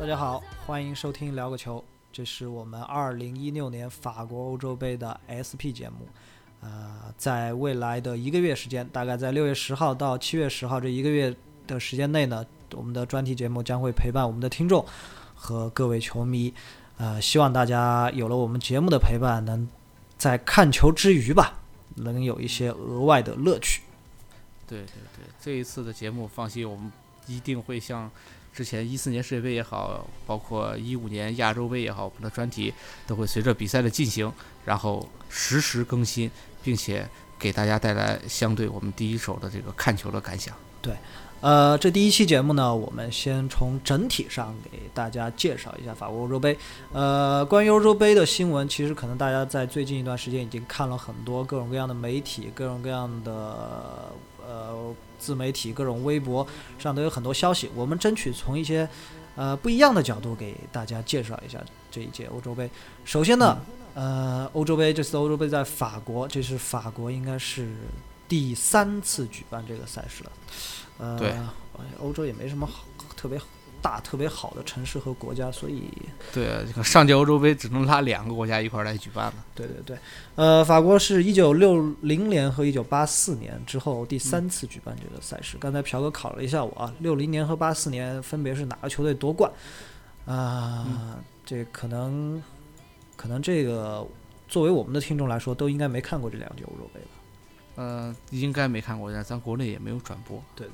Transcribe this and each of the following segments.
大家好，欢迎收听聊个球，这是我们2016年法国欧洲杯的 SP 节目。在未来的一个月时间，大概在6月10号到7月10号这一个月的时间内呢，我们的专题节目将会陪伴我们的听众和各位球迷。希望大家有了我们节目的陪伴，能在看球之余吧，能有一些额外的乐趣。 对，这一次的节目放心，我们一定会像之前14年世界杯也好，包括15年亚洲杯也好，我们的专题都会随着比赛的进行，然后实时更新，并且给大家带来相对我们第一手的这个看球的感想。 对，这第一期节目呢，我们先从整体上给大家介绍一下法国欧洲杯。关于欧洲杯的新闻，其实可能大家在最近一段时间已经看了很多各种各样的媒体、各种各样的自媒体、各种微博上都有很多消息。我们争取从一些不一样的角度给大家介绍一下这一届欧洲杯。首先呢，欧洲杯这次欧洲杯在法国，这是法国应该是第3次举办这个赛事了。 对， 欧洲也没什么特别大、特别好的城市和国家，所以对，上届欧洲杯只能拉2个国家一块来举办了。 对，法国是1960年和1984年之后第3次举办这个赛事。刚才朴哥考了一下我，60年和84年分别是哪个球队夺冠？这可能这个作为我们的听众来说，都应该没看过这2届欧洲杯吧。 应该没看过，但咱国内也没有转播。 对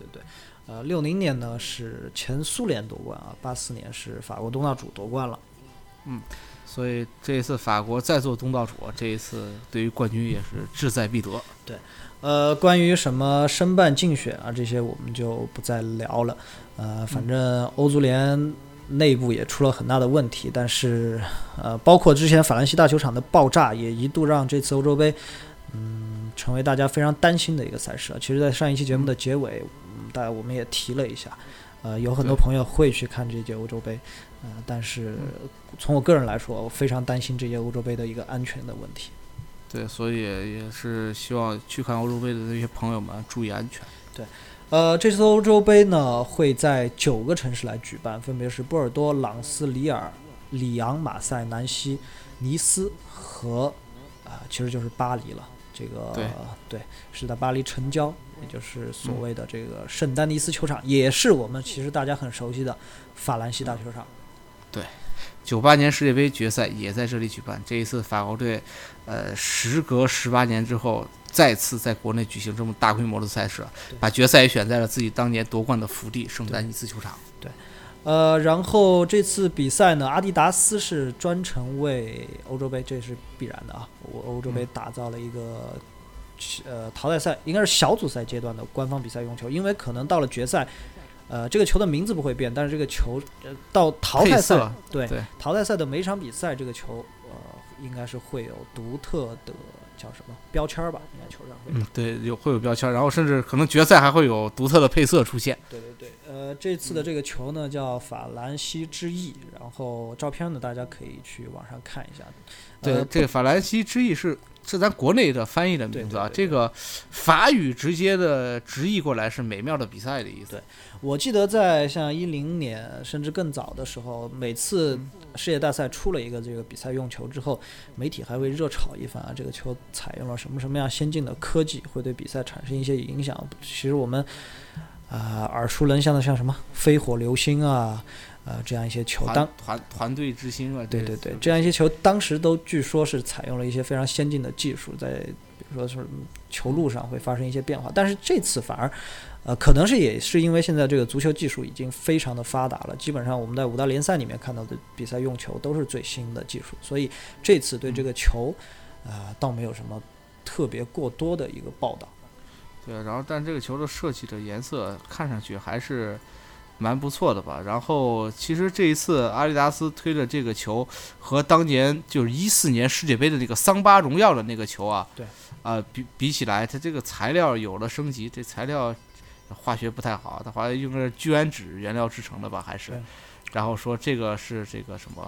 ，60年呢是前苏联夺冠84年是法国东道主夺冠了。 所以这一次法国再做东道主，这一次对于冠军也是志在必得。 对，关于什么申办竞选这些我们就不再聊了。反正欧足联内部也出了很大的问题，但是包括之前法兰西大球场的爆炸，也一度让这次欧洲杯成为大家非常担心的一个赛事。其实在上一期节目的结尾，我们也提了一下，有很多朋友会去看这届欧洲杯，但是从我个人来说，我非常担心这届欧洲杯的一个安全的问题。 对，所以也是希望去看欧洲杯的那些朋友们注意安全。 对，这次欧洲杯呢会在9个城市来举办，分别是波尔多、朗斯、里尔、里昂、马赛、南希、尼斯和其实就是巴黎了。这个对，是在巴黎城郊，也就是所谓的这个圣丹尼斯球场，也是我们其实大家很熟悉的法兰西大球场。 对，98年世界杯决赛也在这里举办。这一次法国队，时隔18年之后，再次在国内举行这么大规模的赛事，把决赛也选在了自己当年夺冠的福地圣丹尼斯球场。 对。然后这次比赛呢，阿迪达斯是专程为欧洲杯，这是必然的欧洲杯打造了一个淘汰赛，应该是小组赛阶段的官方比赛用球，因为可能到了决赛，这个球的名字不会变，但是这个球到淘汰赛，对淘汰赛的每一场比赛，这个球应该是会有独特的叫什么标签吧，应该球上会对，会有标签，然后甚至可能决赛还会有独特的配色出现。 对，这次的这个球呢叫法兰西之翼，然后照片呢大家可以去网上看一下。 对，这个法兰西之翼是咱国内的翻译的名字啊，这个法语直接的直译过来是美妙的比赛的意思。 对，我记得在像10年甚至更早的时候，每次世界大赛出了一个这个比赛用球之后，媒体还会热炒一番这个球采用了什么样先进的科技，会对比赛产生一些影响。其实我们耳熟能详的像什么飞火流星这样一些球， 团队之星对，这样一些球当时都据说是采用了一些非常先进的技术，在比如说是球路上会发生一些变化。但是这次反而可能也是因为现在这个足球技术已经非常的发达了，基本上我们在5大联赛里面看到的比赛用球都是最新的技术，所以这次对这个球倒没有什么特别过多的一个报道。 对，然后但这个球的设计的颜色看上去还是蛮不错的吧。然后其实这一次阿迪达斯推的这个球和当年就是14年世界杯的那个桑巴荣耀的那个球对， 比起来，它这个材料有了升级，这材料化学不太好，它好像用的是聚氨酯原料制成的吧，还是？然后说这个是这个什么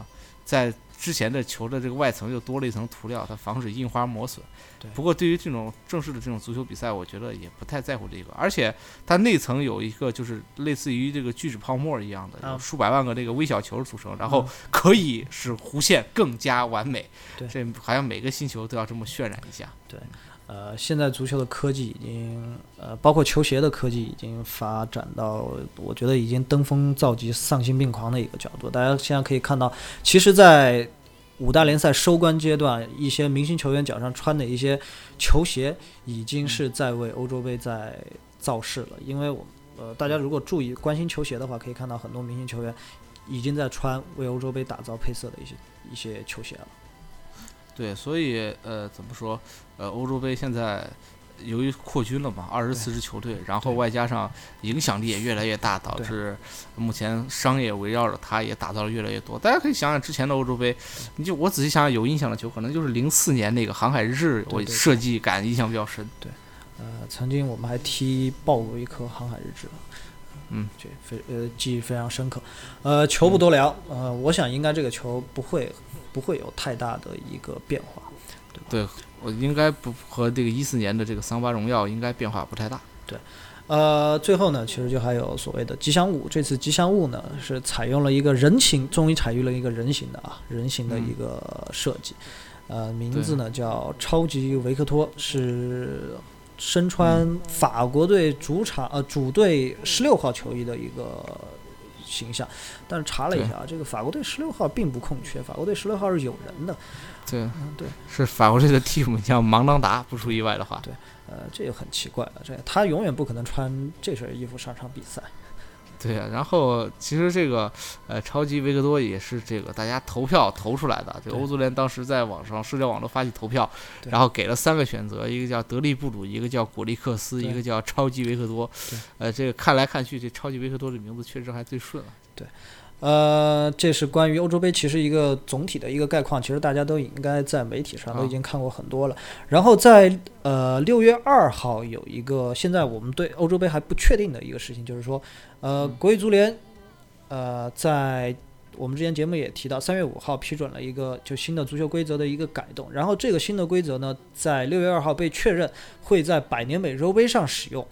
在之前的球的这个外层又多了一层涂料，它防止印花磨损。 对。 不过对于这种正式的这种足球比赛，我觉得也不太在乎这个，而且它内层有一个就是类似于这个聚酯泡沫一样的，有数百万个这个微小球组成，然后可以使弧线更加完美。 对， 这好像每个新球都要这么渲染一下。 对。现在足球的科技已经包括球鞋的科技已经发展到，我觉得已经登峰造极、丧心病狂的一个角度。大家现在可以看到，其实，在5大联赛收官阶段，一些明星球员脚上穿的一些球鞋，已经是在为欧洲杯在造势了。因为大家如果注意关心球鞋的话，可以看到很多明星球员已经在穿为欧洲杯打造配色的一些球鞋了。 对，所以怎么说？欧洲杯现在由于扩军了嘛，24支球队，然后外加上影响力也越来越大，导致目前商业围绕着它也打造了越来越多。大家可以想想之前的欧洲杯，我仔细想想，有印象的球可能就是04年那个航海日志，我设计感印象比较深。 对，曾经我们还踢爆过一颗航海日志。这记忆非常深刻。球不多聊，我想应该这个球不会有太大的一个变化，对吧？ 对，我应该不和这个14年的这个桑巴荣耀应该变化不太大。 对，最后呢，其实就还有所谓的吉祥物。这次吉祥物呢是采用了一个终于采用了一个人形的一个设计，名字呢叫超级维克托，是身穿法国队主队16号球衣的一个形象。但是查了一下，这个法国队16号并不空缺，法国队16号是有人的。 对， 对， 是法国队的替补叫芒当达，不出意外的话。 对，这也很奇怪了，他永远不可能穿这身衣服上场比赛。 对啊，然后其实这个超级维克多也是这个大家投票投出来的。这个欧足联当时在网上社交网络发起投票，然后给了3个选择，一个叫德利布鲁，一个叫果利克斯，一个叫超级维克多。这个看来看去，这超级维克多的名字确实还最顺了。 对。这是关于欧洲杯其实一个总体的一个概况，其实大家都应该在媒体上都已经看过很多了。然后在6月2号有一个现在我们对欧洲杯还不确定的一个事情，就是说国际足联在我们之前节目也提到3月5号批准了一个就新的足球规则的一个改动，然后这个新的规则呢在6月2号被确认会在百年美洲杯上使用。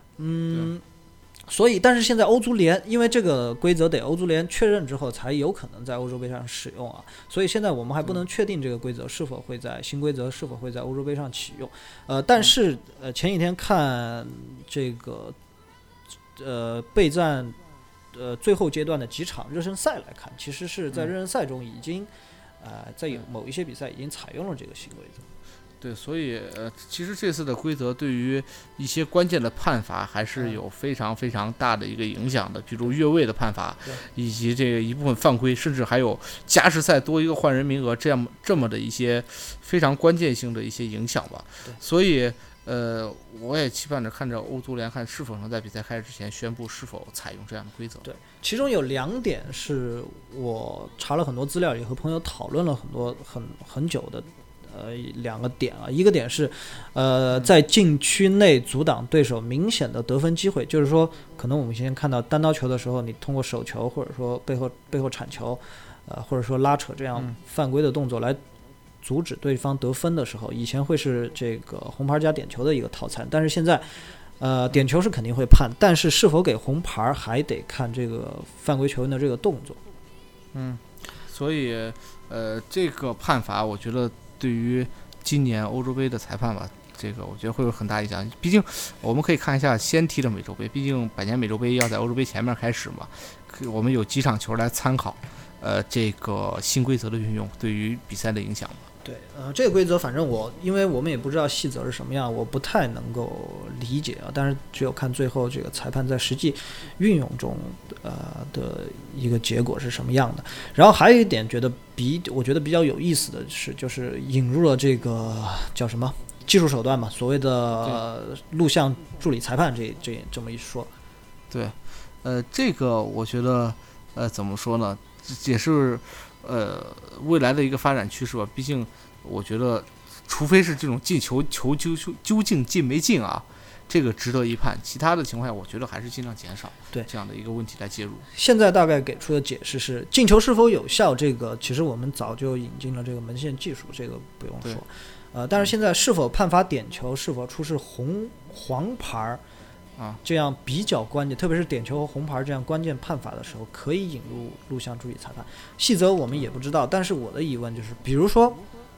所以但是现在欧足联因为这个规则得欧足联确认之后才有可能在欧洲杯上使用啊，所以现在我们还不能确定这个规则是否会在新规则是否会在欧洲杯上启用。但是前几天看这个备战最后阶段的几场热身赛来看，其实是在热身赛中已经在某一些比赛已经采用了这个新规则。 对，所以其实这次的规则对于一些关键的判罚还是有非常非常大的一个影响的，比如越位的判罚，以及这个一部分犯规，甚至还有加时赛多一个换人名额这么的一些非常关键性的一些影响吧。所以我也期盼着看着欧足联看是否能在比赛开始之前宣布是否采用这样的规则。 对，其中有2点是我查了很多资料，也和朋友讨论了很久的。2个点啊，一个点是，在禁区内阻挡对手明显的得分机会，就是说，可能我们先看到单刀球的时候，你通过手球或者说背后铲球，或者说拉扯这样犯规的动作来阻止对方得分的时候，以前会是这个红牌加点球的一个套餐，但是现在，点球是肯定会判，但是是否给红牌还得看这个犯规球员的这个动作。 所以这个判罚，我觉得。对于今年欧洲杯的裁判吧，这个我觉得会有很大影响。毕竟我们可以看一下先踢的美洲杯，毕竟百年美洲杯要在欧洲杯前面开始嘛，我们有几场球来参考，这个新规则的运用对于比赛的影响。 对，这个规则反正因为我们也不知道细则是什么样，我不太能够理解啊。但是只有看最后这个裁判在实际运用中的一个结果是什么样的。然后还有一点我觉得比较有意思的是，就是引入了这个叫什么技术手段嘛，所谓的录像助理裁判这么一说。 对，这个我觉得怎么说呢，也是未来的一个发展趋势吧。毕竟我觉得除非是这种进球究竟进没进啊， 这个值得一判。其他的情况下，我觉得还是尽量减少对这样的一个问题来介入。 现在大概给出的解释是，进球是否有效，这个其实我们早就引进了这个门线技术，这个不用说。但是现在是否判罚点球，是否出示黄牌这样比较关键，特别是点球和红牌这样关键判罚的时候，可以引入录像助理裁判。细则我们也不知道，但是我的疑问就是，比如说，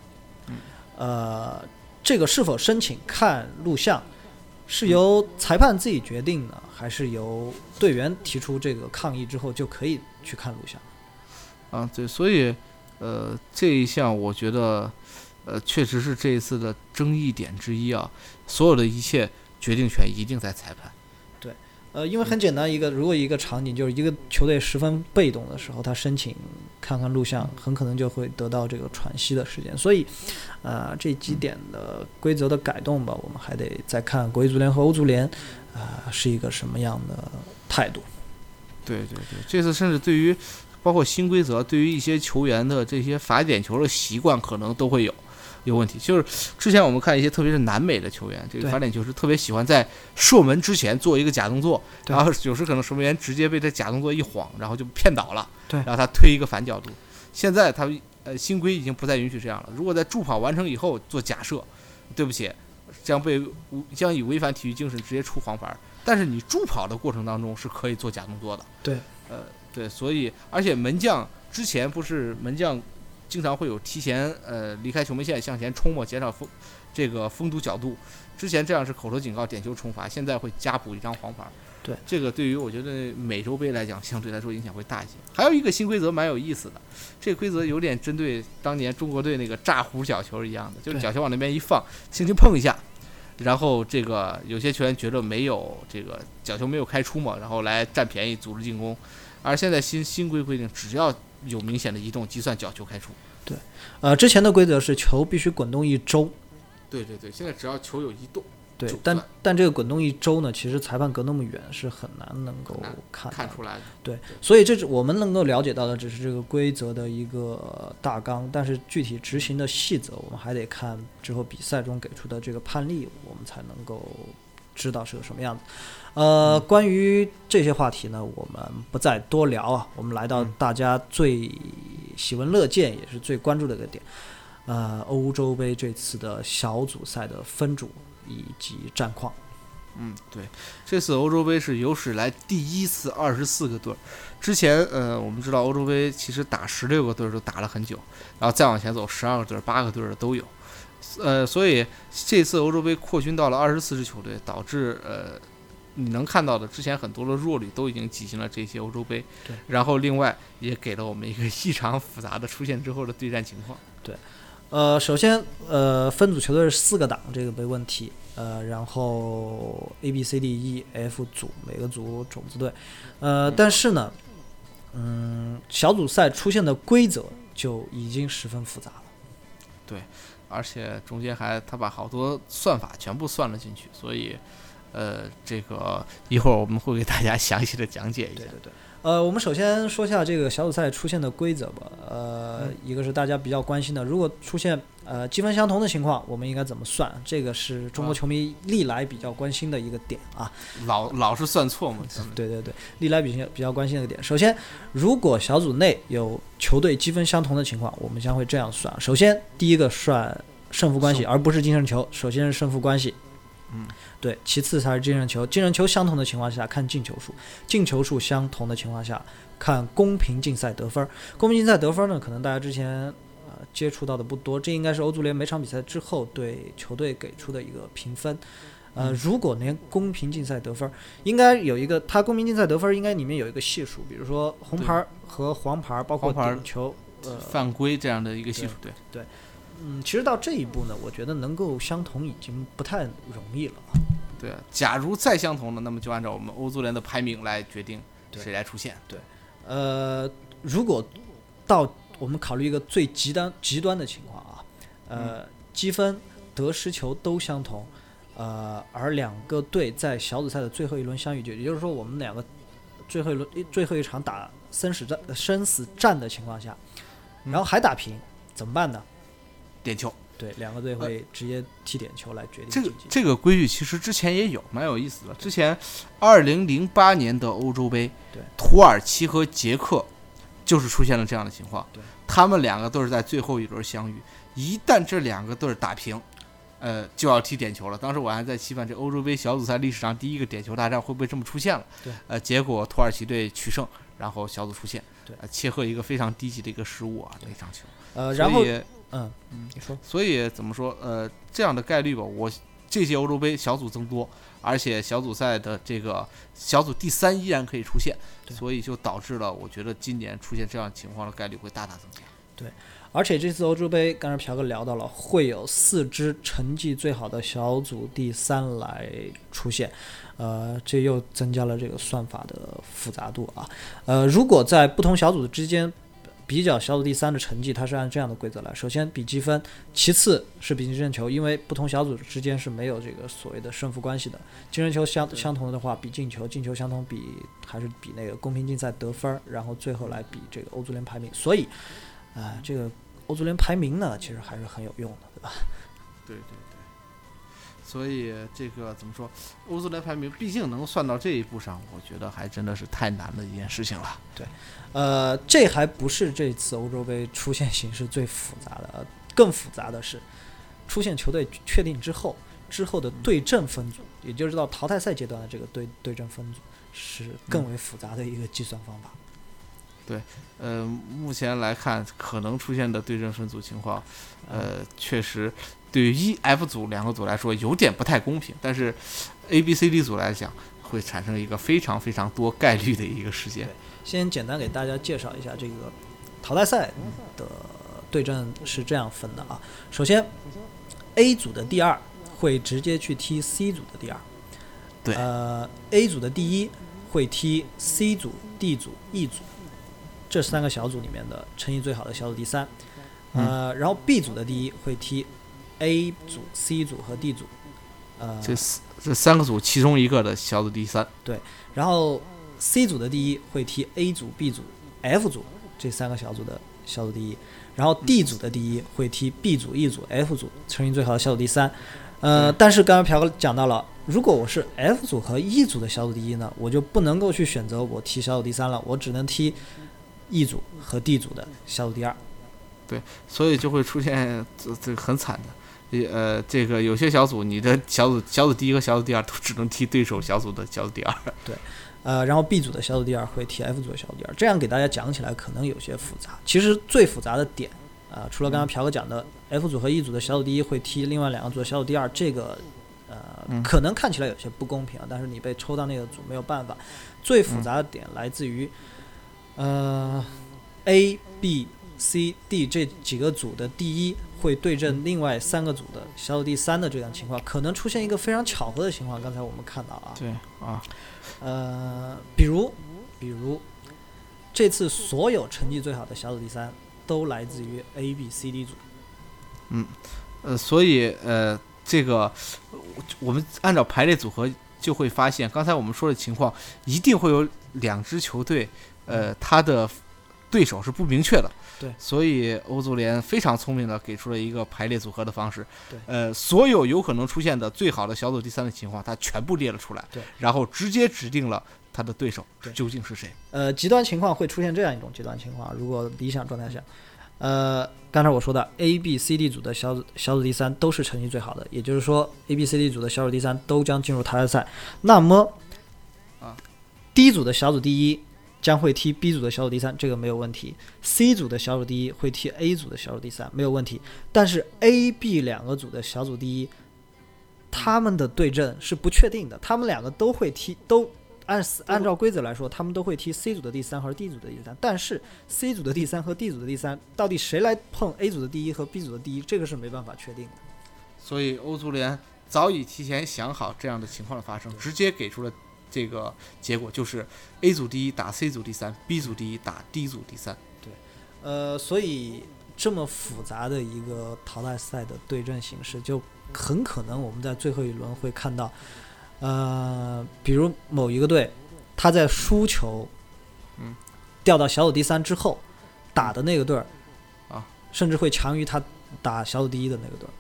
这个是否申请看录像，是由裁判自己决定呢，还是由队员提出这个抗议之后就可以去看录像？ 对，所以这一项我觉得确实是这一次的争议点之一啊，所有的一切决定权一定在裁判。 对，因为很简单，如果一个场景就是一个球队十分被动的时候，他申请看看录像，很可能就会得到这个喘息的时间。所以，这几点的规则的改动吧，我们还得再看国际足联和欧足联是一个什么样的态度。 对，这次甚至对于包括新规则，对于一些球员的这些罚点球的习惯，可能都会有问题。就是之前我们看一些特别是南美的球员，这个罚点球是特别喜欢在射门之前做一个假动作，然后有时可能守门员直接被这假动作一晃，然后就骗倒了，然后他推一个反角度。现在他新规已经不再允许这样了，如果在助跑完成以后做假射，对不起，将以违反体育精神直接出黄牌。但是你助跑的过程当中是可以做假动作的。对，所以而且门将之前不是门将经常会有提前离开球门线向前冲嘛，减少这个封堵角度。之前这样是口头警告点球重罚，现在会加补一张黄牌。 对， 这个对于我觉得美洲杯来讲，相对来说影响会大一些。还有一个新规则蛮有意思的，这个规则有点针对当年中国队那个炸弧角球一样的，就是角球往那边一放，轻轻碰一下，然后这个有些球员觉得没有这个角球没有开出嘛，然后来占便宜组织进攻。而现在新规定，只要有明显的移动，计算角球开出。 对，之前的规则是球必须滚动1周。 对，现在只要球有移动。 对，但这个滚动1周呢，其实裁判隔那么远是很难能够看出来的。 对，所以这我们能够了解到的只是这个规则的一个大纲，但是具体执行的细则，我们还得看之后比赛中给出的这个判例，我们才能够知道是个什么样子。关于这些话题呢，我们不再多聊啊。我们来到大家最喜闻乐见也是最关注的一个点，欧洲杯这次的小组赛的分组以及战况。 对，这次欧洲杯是有史来第一次24个队。之前我们知道欧洲杯其实打16个队都打了很久，然后再往前走12个队、8个队的都有。所以这次欧洲杯扩军到了24支球队，导致你能看到的之前很多的弱旅都已经挤进了这些欧洲杯。 对， 然后另外也给了我们一个异常复杂的出现之后的对战情况。 对，首先分组球队是4个档，这个没问题。然后 A、B、C、D、E、F 组，每个组种子队。但是呢，小组赛出现的规则就已经十分复杂了。 对，而且中间他把好多算法全部算了进去，所以这个一会儿我们会给大家详细的讲解一下。 对，我们首先说下这个小组赛出现的规则吧。一个是大家比较关心的，如果出现积分相同的情况，我们应该怎么算？这个是中国球迷历来比较关心的一个点啊。 老是算错嘛。 对，历来比较关心的一个点。首先，如果小组内有球队积分相同的情况，我们将会这样算。首先，第一个算胜负关系，而不是净胜球。首先是胜负关系。对，其次才是净胜球。净胜球相同的情况下看进球数，进球数相同的情况下看公平竞赛得分。公平竞赛得分呢，可能大家之前接触到的不多，这应该是欧足联每场比赛之后对球队给出的一个评分。如果连公平竞赛得分应该有一个，它公平竞赛得分应该里面有一个系数，比如说红牌和黄牌，包括点球、 犯规这样的一个系数。 对。其实到这一步呢，我觉得能够相同已经不太容易了。 对，假如再相同了，那么就按照我们欧足联的排名来决定谁来出线。 对，如果到我们考虑一个最极端的情况啊，积分、得失球都相同，而两个队在小组赛的最后一轮相遇，也就是说我们两个最后一场打生死战的情况下，然后还打平，怎么办呢？ 点球。 对，两个队会直接踢点球来决定这个这个规矩其实之前也有，蛮有意思的。之前2008年的欧洲杯， 对， 土耳其和捷克就是出现了这样的情况， 对， 他们两个都是在最后一轮相遇，一旦这两个队打平，就要踢点球了。当时我还在期盼这欧洲杯小组赛历史上第一个点球大战会不会这么出现了， 对， 结果土耳其队取胜，然后小组出线， 对， 切赫一个非常低级的一个失误啊，那场球， 然后你说，所以怎么说？这样的概率吧，这届欧洲杯小组增多，而且小组赛的这个小组第3依然可以出现，所以就导致了我觉得今年出现这样情况的概率会大大增加。 对，而且这次欧洲杯，刚才朴哥聊到了，会有4支成绩最好的小组第3来出现，这又增加了这个算法的复杂度啊。如果在不同小组之间比较小组第3的成绩，它是按这样的规则来：首先比积分，其次是比净胜球，因为不同小组之间是没有这个所谓的胜负关系的。净胜球相同的话，比进球；进球相同，还是比那个公平竞赛得分，然后最后来比这个欧足联排名。所以，这个欧足联排名呢，其实还是很有用的，对吧？ 对。所以这个怎么说？欧足联排名毕竟能算到这一步上，我觉得还真的是太难的一件事情了。 对，这还不是这次欧洲杯出现形势最复杂的，更复杂的是出现球队确定之后的对阵分组，也就是到淘汰赛阶段的这个对阵分组是更为复杂的一个计算方法。 对，目前来看，可能出现的对阵分组情况，确实对于E、F 组两个组来说有点不太公平，但是 A、B、C、D 组来讲，会产生一个非常非常多概率的一个事件。 先简单给大家介绍一下这个淘汰赛的对阵是这样分的啊。首先 ，A 组的第2会直接去踢 C 组的第2， 对 ，A 组的第1会踢 C 组、D 组、E 组。这3个小组里面的成绩最好的小组第3，然后 B 组的第1会踢 A 组、C 组和 D 组， 这3个组其中一个的小组第3。 对，然后 C 组的第1会踢 A 组、B 组、F 组这3个小组的小组第1，然后 D 组的第1会踢 B 组、E 组、F 组成绩最好的小组第3。但是刚才朴哥讲到了，如果我是 F 组和 E 组的小组第1呢，我就不能够去选择我踢小组第3了，我只能踢E 组和 D 组的小组第2。 对，所以就会出现这个很惨的，这个有些小组你的小组第1和小组第2都只能踢对手小组的小组第2。 对，然后 B 组的小组第2会踢 F 组的小组第2，这样给大家讲起来可能有些复杂。其实最复杂的点，除了刚刚朴哥讲的 F 组和 E 组的小组第1会踢另外2个组的小组第2，这个可能看起来有些不公平啊，但是你被抽到那个组没有办法。最复杂的点来自于A、B、C、D 这几个组的第1会对阵另外3个组的小组第3的这样情况，可能出现一个非常巧合的情况。刚才我们看到啊， 对啊， 比如这次所有成绩最好的小组第3都来自于 A、B、C、D 组。 所以这个我们按照排列组合就会发现，刚才我们说的情况一定会有2支球队，他的对手是不明确的。 对， 所以欧足联非常聪明的给出了一个排列组合的方式。 对， 所有有可能出现的最好的小组第3的情况，他全部列了出来。 对， 然后直接指定了他的对手究竟是谁。 极端情况会出现这样一种极端情况，如果理想状态下，刚才我说的 A、B、C、D 组的小组第3都是成绩最好的，也就是说 A、B、C、D 组的小组第3都将进入淘汰赛。那么D 组的小组第1将会踢 B 组的小组第3，这个没有问题。C 组的小组第1会踢 A 组的小组第3，没有问题。但是 A、B 两个组的小组第1，他们的对阵是不确定的，他们2个都会踢，按照规则来说，他们都会踢 C 组的第3和 D 组的第3，但是 C 组的第3和 D 组的第3，到底谁来碰 A 组的第1和 B 组的第1，这个是没办法确定的。 所以欧足联早已提前想好这样的情况的发生，直接给出了这个结果，就是 A 组第1打 C 组第3 ，B 组第1打 D 组第3。 对，所以这么复杂的一个淘汰赛的对阵形式，就很可能我们在最后一轮会看到，比如某一个队，他在输球，掉到小组第3之后，打的那个队甚至会强于他打小组第1的那个队。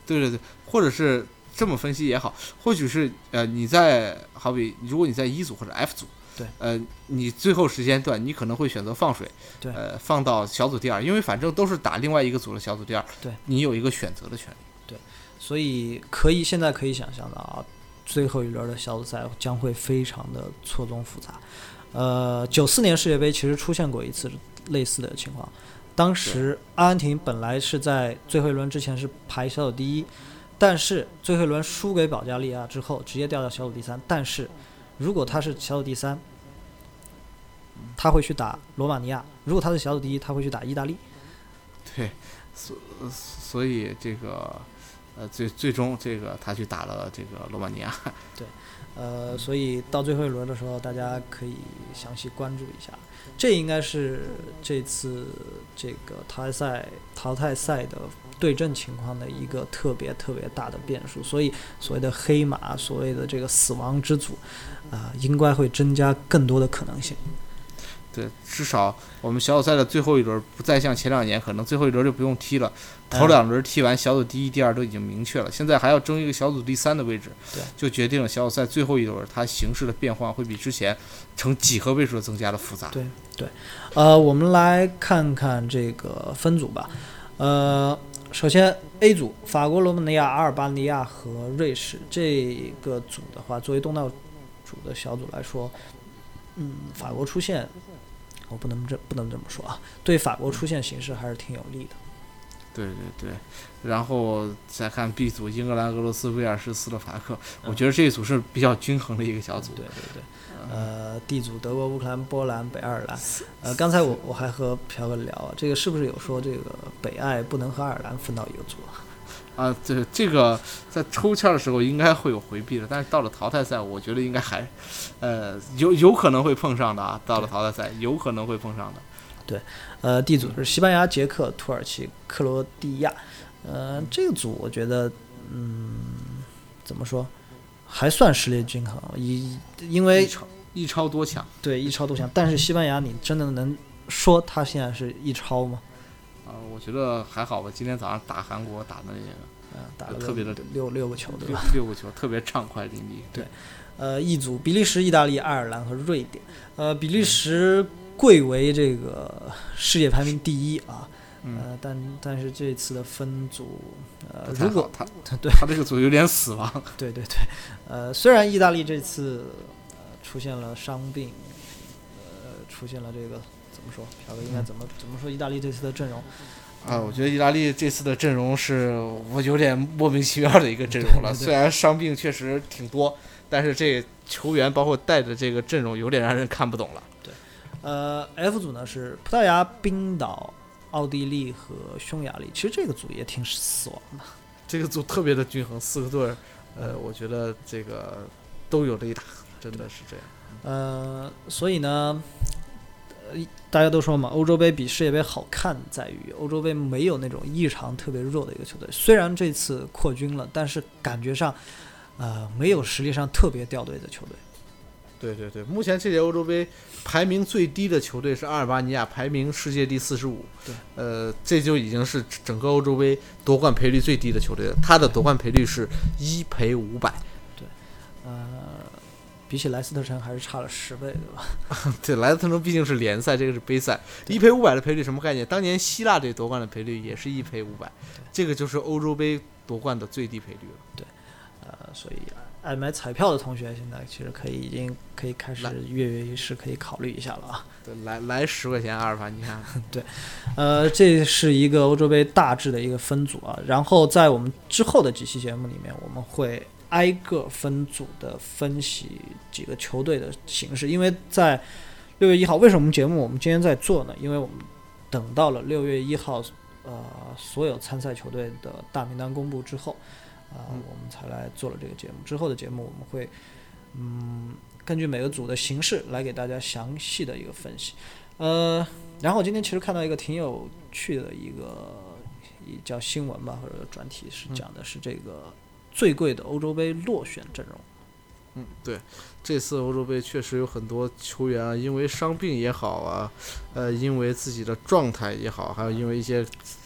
对对对，或者是这么分析也好，或许是你好比如果你在 E 组或者 F 组， 对， 你最后时间段你可能会选择放水， 对， 放到小组第2，因为反正都是打另外一个组的小组第2， 对， 你有一个选择的权利。 对，所以现在可以想象的啊，最后一轮的小组赛将会非常的错综复杂。94年世界杯其实出现过一次类似的情况，当时阿根廷本来是在最后一轮之前是排小组第1，但是最后一轮输给保加利亚之后直接掉到小组第3，但是如果他是小组第3，他会去打罗马尼亚；如果他是小组第1，他会去打意大利。 对，所以这个最终这个他去打了这个罗马尼亚。 对，所以到最后一轮的时候，大家可以详细关注一下。这应该是这次这个淘汰赛的对阵情况的一个特别大的变数，所以所谓的黑马，所谓的这个死亡之组，应该会增加更多的可能性。 对，至少我们小组赛的最后一轮不再像前2年，可能最后一轮就不用踢了，头2轮踢完，小组第1、第2都已经明确了，现在还要争一个小组第3的位置，就决定了小组赛最后一轮它形势的变化会比之前成几何位数的增加了复杂。 对，我们来看看这个分组吧。首先 A 组，法国、罗马尼亚、阿尔巴尼亚和瑞士这个组的话，作为东道主的小组来说，法国出现，我不能这么说啊，对法国出现形势还是挺有利的。 对，然后再看 B 组，英格兰、俄罗斯、威尔士、斯洛伐克，我觉得这一组是比较均衡的一个小组。 对。D 组，德国、乌克兰、波兰、北爱尔兰。刚才我还和朴哥聊啊，这个是不是有说这个北爱不能和爱尔兰分到一个组啊？ 对，这个在抽签的时候应该会有回避的，但是到了淘汰赛，我觉得应该还，有可能会碰上的啊。到了淘汰赛，有可能会碰上的。 对，D 组是西班牙、捷克、土耳其、克罗地亚。这个组我觉得，怎么说，还算实力均衡，因为一超多强。 对，一超多强。但是西班牙，你真的能说他现在是一超吗？ 我觉得还好吧。今天早上打韩国打的那个， 打了特别的六个球，对吧 ？6个球特别畅快淋漓。 对，一组比利时、意大利、爱尔兰和瑞典。比利时贵为这个世界排名第1啊。但是这次的分组，如果他这个组有点死亡。 对，虽然意大利这次出现了伤病，出现了这个怎么说？朴哥应该怎么说意大利这次的阵容？ 我觉得意大利这次的阵容是我有点莫名其妙的一个阵容了。 对， 虽然伤病确实挺多，但是这球员包括带的这个阵容有点让人看不懂了。 对，F 组呢是葡萄牙、冰岛、奥地利和匈牙利。其实这个组也挺死亡的。 这个组特别的均衡，4个队，我觉得这个都有得一打，真的是这样。 所以呢，大家都说嘛，欧洲杯比世界杯好看在于欧洲杯没有那种异常特别弱的一个球队。虽然这次扩军了，但是感觉上，没有实力上特别掉队的球队。 对，目前这届欧洲杯排名最低的球队是阿尔巴尼亚，排名世界第45。 对， 这就已经是整个欧洲杯夺冠赔率最低的球队了。他的夺冠赔率是1赔500。 对，比起莱斯特城还是差了10倍，对吧？ 对，莱斯特城毕竟是联赛，这个是杯赛。1赔500的赔率什么概念？当年希腊队夺冠的赔率也是1赔500，这个就是欧洲杯夺冠的最低赔率了。 对，所以爱买彩票的同学现在其实已经可以开始跃跃欲试，可以考虑一下了啊。 对，来10块钱阿尔巴尼亚。 对，这是一个欧洲杯大致的一个分组啊。然后在我们之后的几期节目里面，我们会挨个分组的分析几个球队的形势。因为在6月1号，为什么我们今天在做呢？因为我们等到了6月1号，所有参赛球队的大名单公布之后。我们才来做了这个节目。之后的节目我们会，根据每个组的形式来给大家详细的一个分析。然后我今天其实看到一个挺有趣的一个叫新闻吧，或者专题，是讲的是这个最贵的欧洲杯落选阵容。 对，这次欧洲杯确实有很多球员啊，因为伤病也好啊，因为自己的状态也好，还有因为一些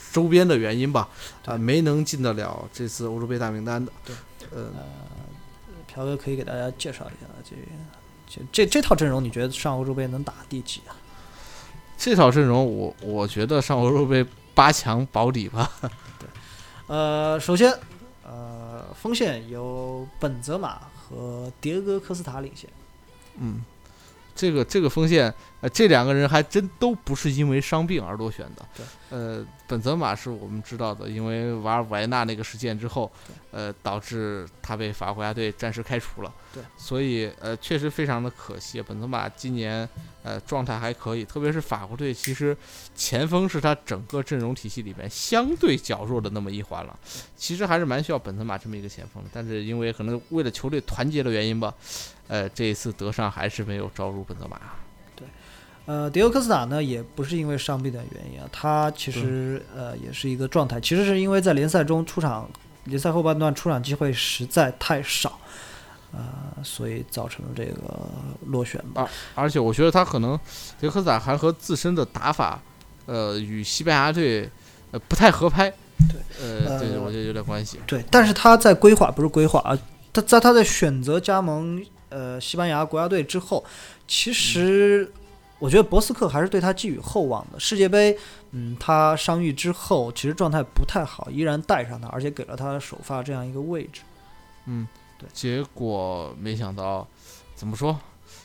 周边的原因吧，没能进得了这次欧洲杯大名单的。 对，朴哥可以给大家介绍一下这套阵容，你觉得上欧洲杯能打第几啊？ 这套阵容我觉得上欧洲杯8强保底吧。 对，首先锋线由本泽马和迭戈科斯塔领衔。 这个锋线，这两个人还真都不是因为伤病而落选的。 对， 本泽马是我们知道的，因为瓦尔维纳那个事件之后，导致他被法国国家队暂时开除了。 对， 所以确实非常的可惜。本泽马今年状态还可以，特别是法国队，其实前锋是他整个阵容体系里面相对较弱的那么一环了。其实还是蛮需要本泽马这么一个前锋的，但是因为可能为了球队团结的原因吧，这一次德尚还是没有招入本泽马。 迭戈科斯塔呢，也不是因为伤病的原因啊，他其实也是一个状态，其实是因为在联赛中联赛后半段出场机会实在太少，所以造成了这个落选吧。 而且我觉得他可能迭戈科斯塔还和自身的打法，与西班牙队不太合拍。对，我觉得有点关系。 对，但是他在规划啊，他在选择加盟西班牙国家队之后，其实我觉得博斯克还是对他寄予厚望的。世界杯，他伤愈之后，其实状态不太好，依然带上他，而且给了他首发这样一个位置。对。 结果没想到，怎么说？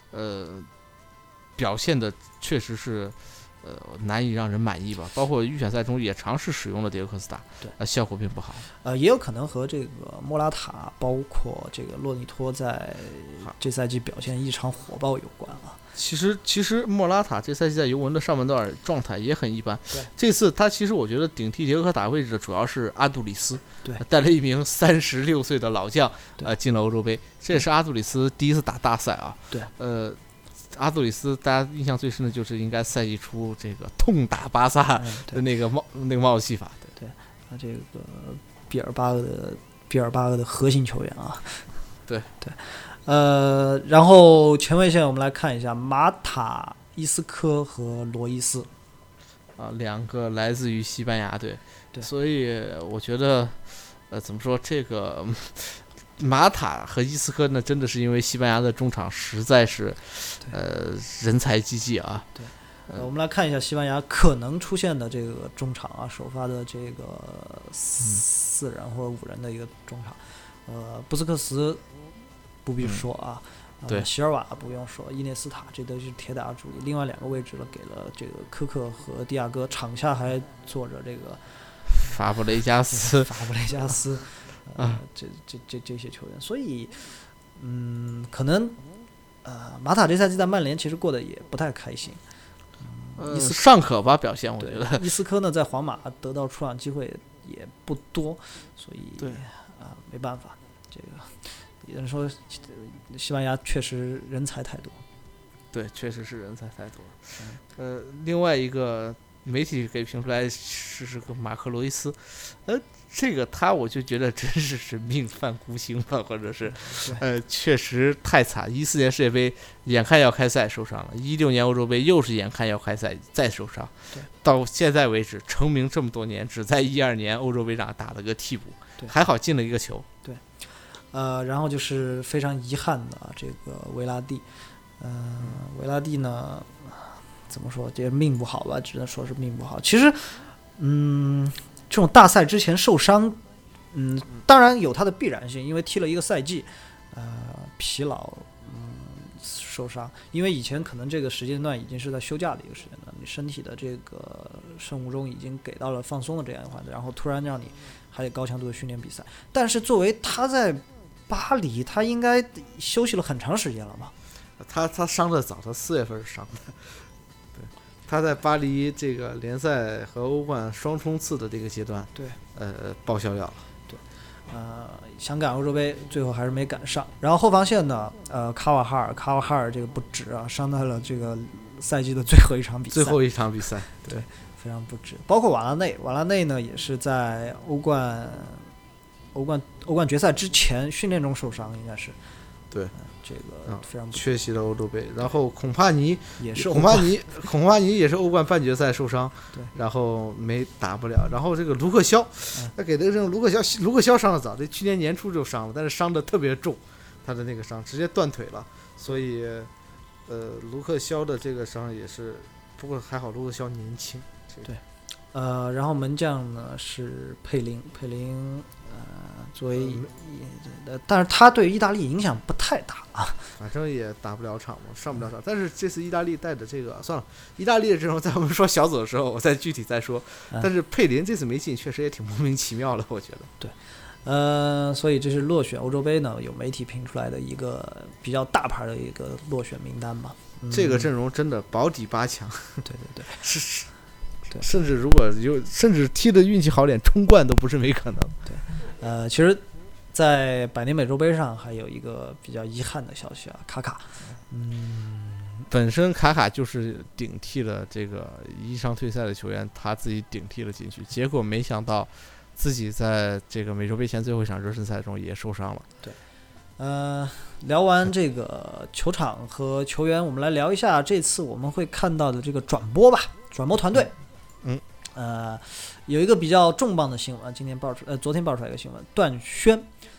表现的确实是难以让人满意吧。包括预选赛中也尝试使用了迭戈科斯塔， 对， 效果并不好。 也有可能和这个莫拉塔，包括这个洛尼托在这赛季表现异常火爆有关啊。 其实莫拉塔这赛季在尤文的上半段状态也很一般。 对， 这次他其实我觉得顶替迭戈科斯塔位置的主要是阿杜里斯， 对， 带了一名36岁的老将，进了欧洲杯，这也是阿杜里斯第一次打大赛啊。 对， 阿杜里斯大家印象最深的就是应该赛季初这个痛打巴萨的那个帽子戏法。 对，这个毕尔巴鄂的核心球员啊。 对。 然后前卫线我们来看一下马塔、伊斯科和罗伊斯两个来自于西班牙队。 对， 所以我觉得怎么说，这个马塔和伊斯科呢，真的是因为西班牙的中场实在是人才济济啊。 对，我们来看一下西班牙可能出现的这个中场啊，首发的这个4人或者5人的一个中场。布斯克茨不必说啊， 对， 席尔瓦不用说，伊涅斯塔这都是铁打主力。另外2个位置呢，给了这个科克和蒂亚戈，场下还坐着这个法布雷加斯这些球员，所以可能马塔这赛季在曼联其实过得也不太开心。 尚可吧表现，我觉得。 伊斯科呢在皇马得到出场机会也不多，所以对没办法，这个有人说西班牙确实人才太多。 对，确实是人才太多。另外一个媒体给评出来是个马克罗伊斯，这个我就觉得真是命犯孤星吧，或者是确实太惨。14年世界杯眼看要开赛受伤了，16年欧洲杯又是眼看要开赛再受伤，到现在为止成名这么多年，只在12年欧洲杯上打了个替补，还好进了一个球。 对，然后就是非常遗憾的这个维拉蒂，维拉蒂呢，怎么说，这命不好吧，只能说是命不好。其实，这种大赛之前受伤，当然有它的必然性，因为踢了一个赛季，疲劳，受伤。因为以前可能这个时间段已经是在休假的一个时间段，你身体的这个生物钟已经给到了放松的这样一个环节，然后突然让你还得高强度的训练比赛。但是作为他在巴黎，他应该休息了很长时间了吧？ 他伤得早，他4月份伤的。对，他在巴黎这个联赛和欧冠双冲刺的这个阶段， 对， 报销药了。 对，想赶欧洲杯，最后还是没赶上。然后后防线呢，卡瓦哈尔这个不值啊，伤在了这个赛季的最后一场比赛。对，非常不值。包括瓦拉内呢，也是在欧冠决赛之前训练中受伤，应该是。 对， 这个非常缺席了欧洲杯。然后孔帕尼也是孔帕尼也是欧冠半决赛受伤，然后打不了。然后这个卢克肖，他给的这种卢克肖伤的早，这去年年初就伤了，但是伤的特别重，他的那个伤直接断腿了，所以卢克肖的这个伤也是，不过还好卢克肖年轻。 对，然后门将呢是佩林，作为但是他对意大利影响不太大啊， 反正也打不了场嘛，上不了场。但是这次意大利带的这个算了，意大利的阵容在我们说小组的时候，我再具体再说。但是佩林这次没进，确实也挺莫名其妙的，我觉得。 对，所以这是落选欧洲杯呢，有媒体评出来的一个比较大牌的一个落选名单吧。 这个阵容真的保底8强。 对， 是。甚至如果甚至踢的运气好点，冲冠都不是没可能。 对，其实，在百年美洲杯上还有一个比较遗憾的消息啊，卡卡， 本身卡卡就是顶替了这个因伤退赛的球员，他自己顶替了进去，结果没想到自己在这个美洲杯前最后一场热身赛中也受伤了。 对，聊完这个球场和球员，我们来聊一下这次我们会看到的这个转播团队。有一个比较重磅的新闻，昨天爆出来一个新闻，段轩，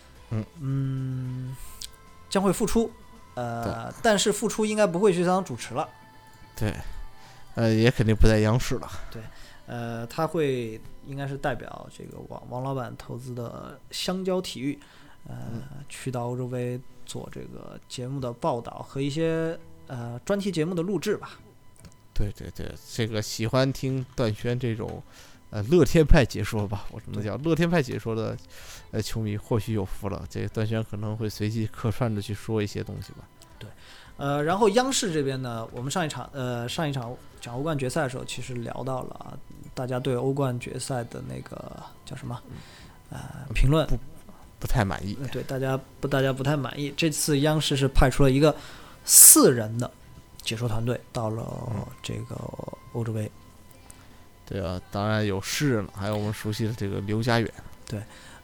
将会复出，但是复出应该不会去当主持了， 对，也肯定不在央视了， 对，他会应该是代表这个王老板投资的香蕉体育，去到欧洲杯做这个节目的报道和一些专题节目的录制吧。 对，这个喜欢听段轩这种乐天派解说吧，我只能叫乐天派解说的球迷或许有福了。这个段轩可能会随机客串着去说一些东西吧。 对，然后央视这边呢，我们上一场讲欧冠决赛的时候，其实聊到了大家对欧冠决赛的那个叫什么评论不太满意。 对，大家不太满意。这次央视是派出了一个4人的解说团队到了这个欧洲杯。 对啊，当然有诗人了，还有我们熟悉的这个刘家远。 对，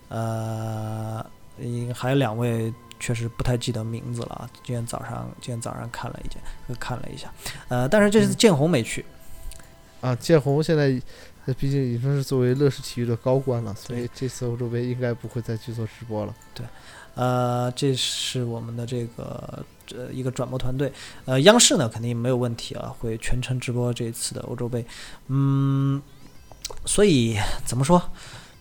还有2位确实不太记得名字了。今天早上看了一下，但是这次建宏没去。 建宏现在毕竟已经是作为乐视体育的高官了，所以这次欧洲杯应该不会再去做直播了。 对。这是我们的这个一个转播团队，央视呢肯定没有问题啊，会全程直播这次的欧洲杯，所以怎么说，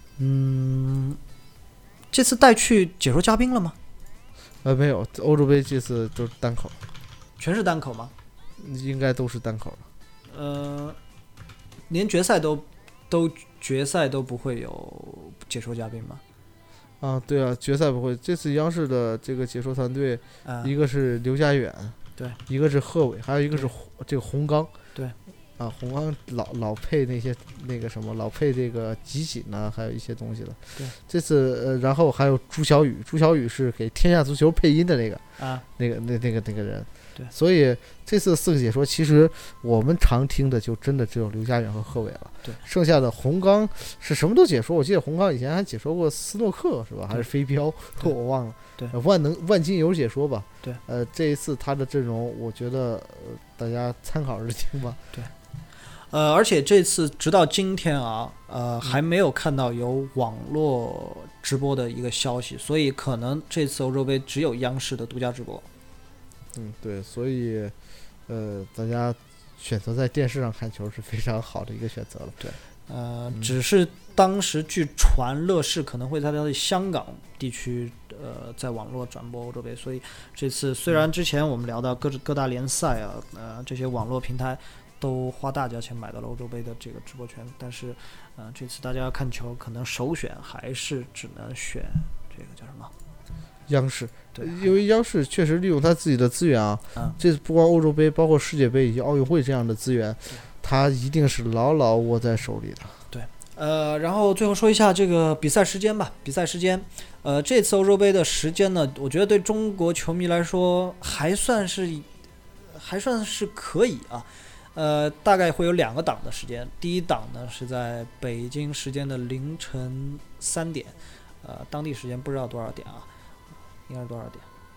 这次带去解说嘉宾了吗？ 没有，欧洲杯这次都是单口， 全是单口吗？ 应该都是单口的。连决赛都不会有解说嘉宾吗？ 对啊，决赛不会。这次央视的这个解说团队，一个是刘家远， 对， 一个是贺伟，还有一个是这个洪刚， 对， 洪刚老配那个什么，老配这个集锦呢，还有一些东西了。 对， 这次然后还有朱小雨是给天下足球配音的那个人。对，所以这次4个解说，其实我们常听的就真的只有刘家远和贺伟了。 对，剩下的洪刚是什么都解说。我记得洪刚以前还解说过斯诺克，是吧？还是飞镖，我忘了。 对， 万金油解说吧。 对， 这一次他的阵容，我觉得大家参考着听吧。 对，而且这次直到今天还没有看到有网络直播的一个消息，所以可能这次欧洲杯只有央视的独家直播。 对，所以大家选择在电视上看球是非常好的一个选择了。 对，只是当时据传乐视可能会在它的香港地区在网络转播欧洲杯，所以这次虽然之前我们聊到各大联赛这些网络平台都花大价钱买到了欧洲杯的这个直播权，但是这次大家要看球，可能首选还是只能选这个叫什么央视。 对， 因为央视确实利用他自己的资源这不光欧洲杯，包括世界杯以及奥运会这样的资源，他一定是牢牢握在手里的。 对，然后最后说一下这个比赛时间吧。这次欧洲杯的时间呢，我觉得对中国球迷来说还算是可以啊。大概会有2个档的时间，第一档呢是在北京时间的凌晨3点，当地时间不知道多少点啊。应该是多少点？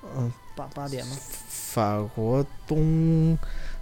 八点吗？ 法国东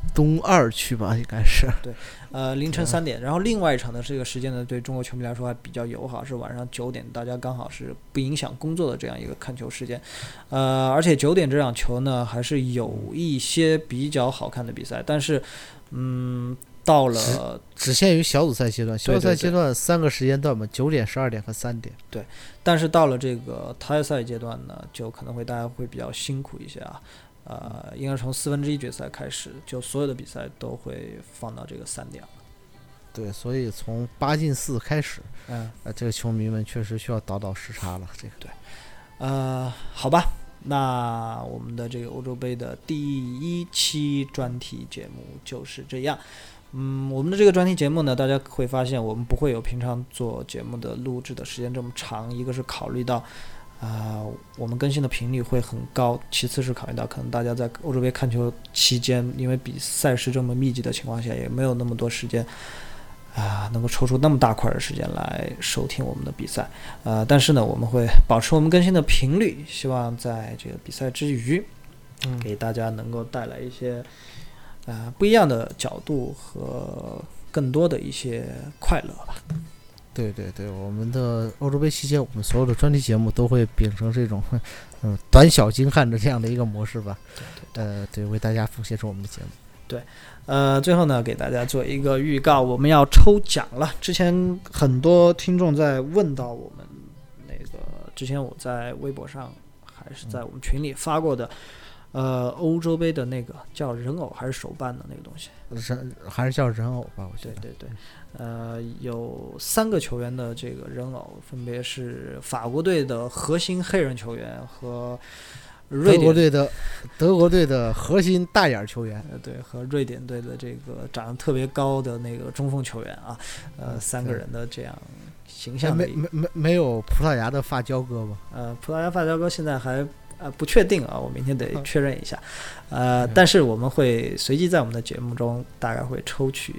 2区吧，应该是。 对，凌晨3点。然后另外一场的这个时间呢，对中国球迷来说还比较友好，是晚上9点，大家刚好是不影响工作的这样一个看球时间。而且9点这场球呢，还是有一些比较好看的比赛，但是，到了只限于小组赛阶段，小组赛阶段3个时间段嘛，9点、12点和3点。 对，但是到了这个淘汰赛阶段呢，就可能大家会比较辛苦一些啊。应该从1/4决赛开始，就所有的比赛都会放到这个3点了。 对，所以从8进4开始，这个球迷们确实需要倒时差了。这个对，好吧，那我们的这个欧洲杯的第1期专题节目就是这样。我们的这个专题节目呢，大家会发现我们不会有平常做节目的录制的时间这么长，一个是考虑到我们更新的频率会很高，其次是考虑到可能大家在欧洲杯看球期间，因为比赛事这么密集的情况下，也没有那么多时间能够抽出那么大块的时间来收听我们的比赛。但是呢，我们会保持我们更新的频率，希望在这个比赛之余，给大家能够带来一些不一样的角度和更多的一些快乐吧。 对，我们的欧洲杯期间，我们所有的专题节目都会秉承这种短小精悍的这样的一个模式吧。对，为大家奉献出我们的节目。 对，最后呢，给大家做一个预告，我们要抽奖了。之前很多听众在问到我们那个，之前我在微博上还是在我们群里发过的，欧洲杯的那个叫人偶还是手办的那个东西， 还是叫人偶吧，我觉得。 对，有3个球员的这个人偶，分别是法国队的核心黑人球员和瑞典德国队的核心大眼球员， 对，和瑞典队的这个长得特别高的那个中锋球员啊，3个人的这样形象的。 没有葡萄牙的发胶哥吗？ 葡萄牙发胶哥现在还不确定啊，我明天得确认一下。但是我们会随机在我们的节目中大概会抽取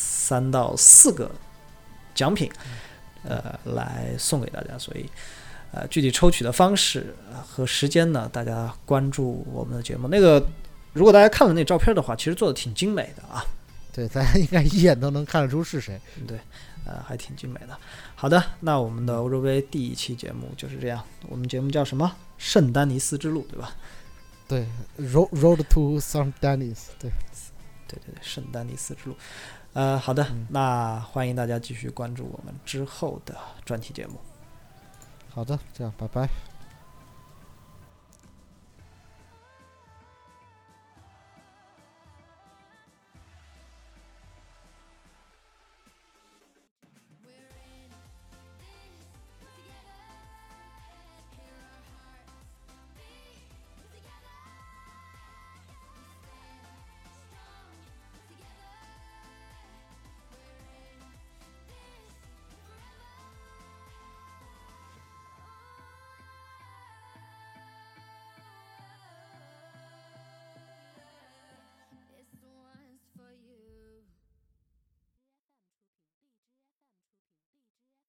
3到4个奖品，来送给大家。所以，具体抽取的方式和时间呢，大家关注我们的节目。那个，如果大家看了那照片的话，其实做的挺精美的啊。 对，大家应该一眼都能看得出是谁。 对，还挺精美的。好的，那我们的欧洲杯第1期节目就是这样。我们节目叫什么？圣丹尼斯之路，对吧？ 对 ，Road to St. Denis。对， 圣丹尼斯之路。好的，那欢迎大家继续关注我们之后的专题节目。 好的，这样，拜拜。